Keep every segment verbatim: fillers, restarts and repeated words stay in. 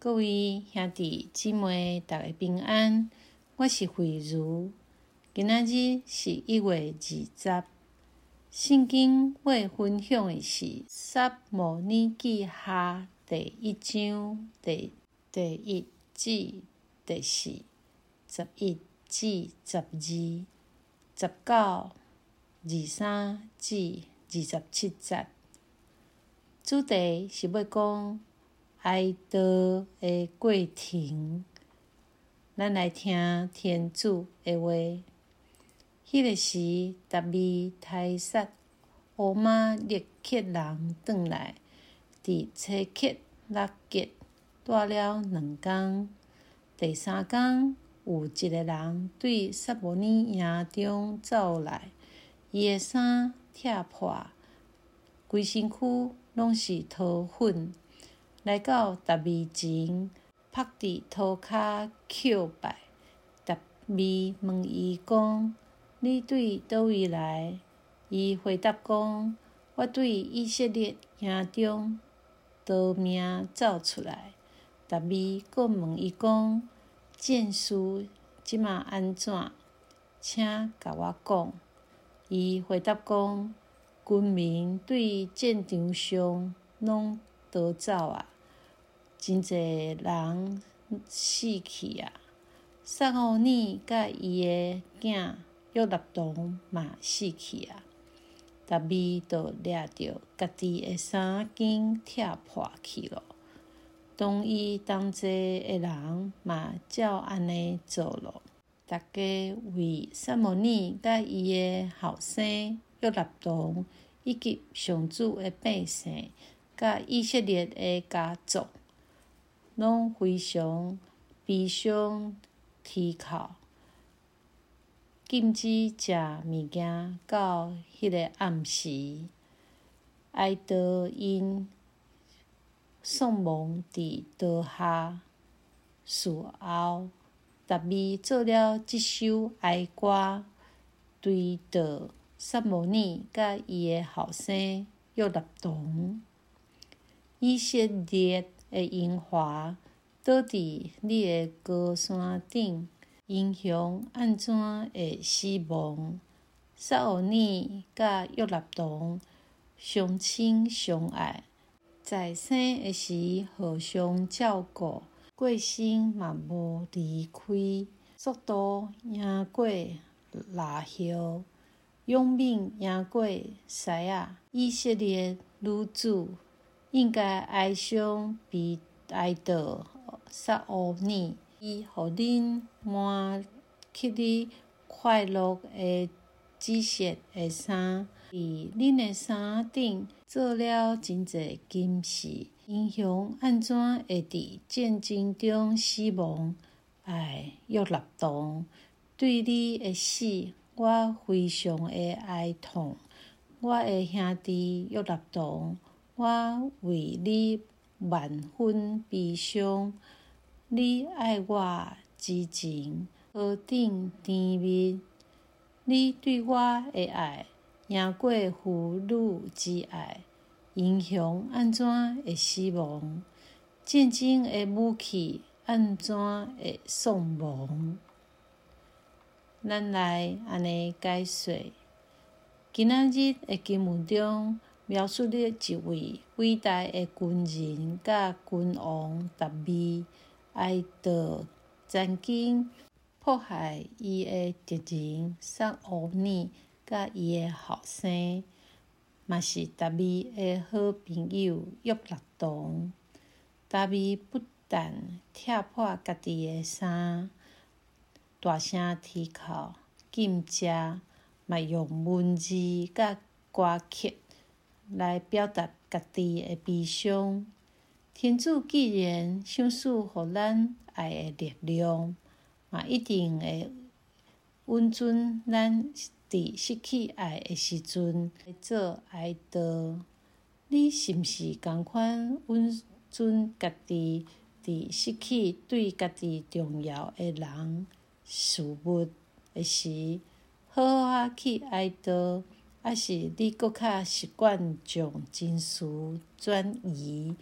各位兄弟姊妹，大家平安。我是慧如。今仔日是一月二十。圣经要分享的是《撒母耳记下》第一章第第一至第四、十一至十二、十九、二三至二十七节。主题是要讲哀悼的过程。咱来听天主的话。迄个时，达味杀杀乌玛力克人转来，伫切克勒吉住了两工。第三工，有一个人对撒母耳营中走来，伊的衫拆破，规身躯拢是桃粉，来到达味前，趴伫涂骹叩拜。达味问伊讲：你对倒位来？伊回答讲：我对以色列营中逃命走出来。达味阁问伊讲：战事即马安怎？请甲我讲。伊回答讲：军民对战场上拢逃走啊，真侪人死去啊。撒母耳甲伊的囝约纳同嘛死去啊。达味就掠着家己的衫件拆破去咯。同伊同齐的人嘛照安尼做咯。大家为撒母耳甲伊的后生约纳同，以及上主的百姓，甲以色列的家族，拢非常悲伤啼哭。禁止食物件到迄个暗时，哀悼因丧亡伫刀下。事后，达味做了即首哀歌，对着撒母耳甲伊的后生约纳同。以色列的英华倒伫你的高山顶，英雄安怎会死亡？撒母耳甲约纳同相亲相爱，在生的时互相照顾，过身嘛无离开。速度赢过拉叶，勇猛赢过狮仔。以色列女子应该哀伤悲哀悼撒母耳。伊互恁满给你快乐的紫色的衫，伫恁的衫顶做了真侪金饰。英雄安怎会伫战争中死亡？哎，约纳同，对你的死，我非常的哀痛。我的兄弟约纳同，我为你万分悲伤。你爱我之情，何等甜蜜！你对我的爱，赢过父女之爱。英雄安怎会死亡？战争的武器安怎会丧亡？咱来安尼解说。今仔日的经文中描述了一位伟大的军人甲君王达味，哀悼战争迫害伊的敌人撒母耳甲伊的后生，嘛是达味的好朋友约纳同。达味不但拆破家己的衫，大声啼哭，禁食，嘛用文字甲歌曲来表达家己的悲伤。天主既然想赐予咱爱的力量，嘛一定会允准咱伫失去爱的时阵来做哀悼。你是毋是同款允准家己伫失去对家己重要的人事物的时，好好啊去哀悼？还是你搁较习惯将情绪转移，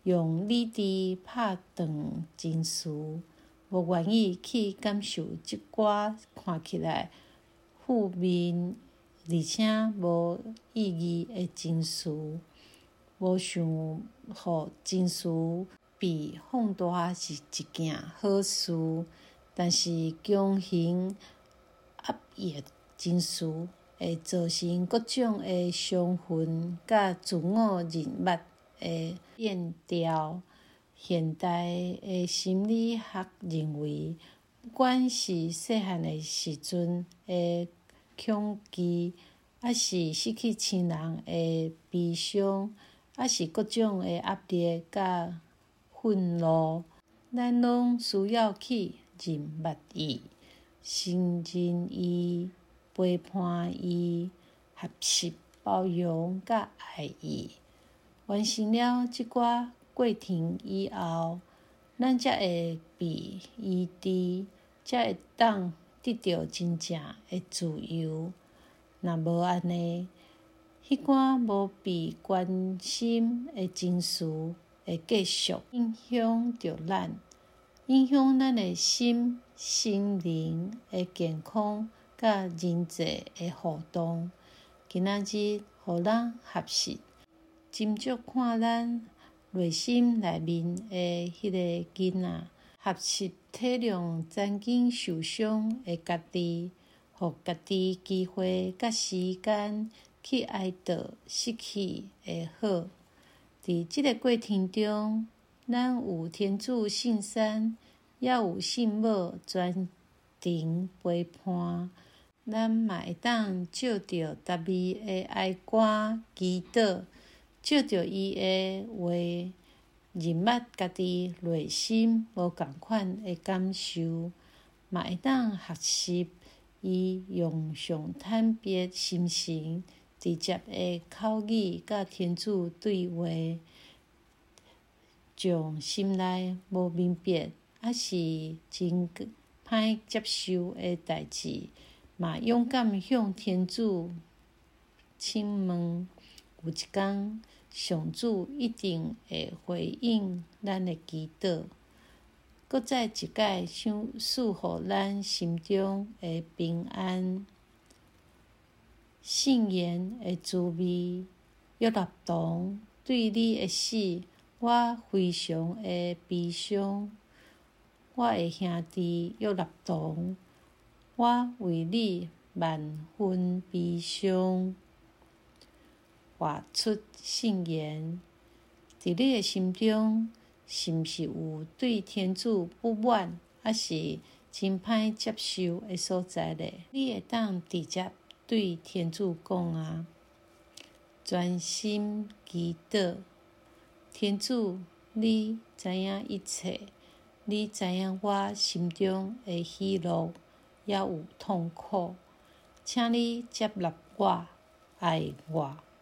用理智拍断情绪，无愿意去感受即寡看起来负面而且无意义的情绪，无想互情绪被放大是一件好事，但是强行压抑情绪会造成各种的伤痕甲自我认捌的变调。现代的心理学认为，不管是细汉的时阵的恐惧，还是失去亲人的悲伤，还是各种的压力甲愤怒，咱拢需要去认捌伊、承认伊、陪伴伊、学习包容甲爱伊。完成了即寡过程以后，咱才会被医治，才会当得到真正的自由。若无安尼，迄寡无被关心的情绪会继续影响着咱，影响咱的心、心灵的健康，甲人际的互动。今仔日，互咱学习斟酌看咱内心内面的迄个囡仔，学习体谅曾经受伤的家己，互家己机会甲时间去哀悼失去的好。伫即个过程中，咱有天主圣山，也有圣母全程陪伴，咱嘛会当照着达味的哀歌祈祷，照着伊的话，认捌家己内心无共款的感受，嘛会当学习伊用上坦白心情、直接的口语甲天主对话，将心内无明白还是真歹接受的代志，嘛勇敢向天主请问。有一天，上主一定会回应咱的祈祷，搁再一解想赐予咱心中的平安。圣言的滋味，约纳堂，对你的死，我非常的悲伤。我的兄弟约纳堂，我为你万分悲伤。活出圣言，伫你的心中，是毋是有对天主不满，还是真歹接受的所在呢？你会当直接对天主讲啊，专心祈祷。天主，你知影一切，你知影我心中的喜乐，也有痛苦，请你接纳我，爱我。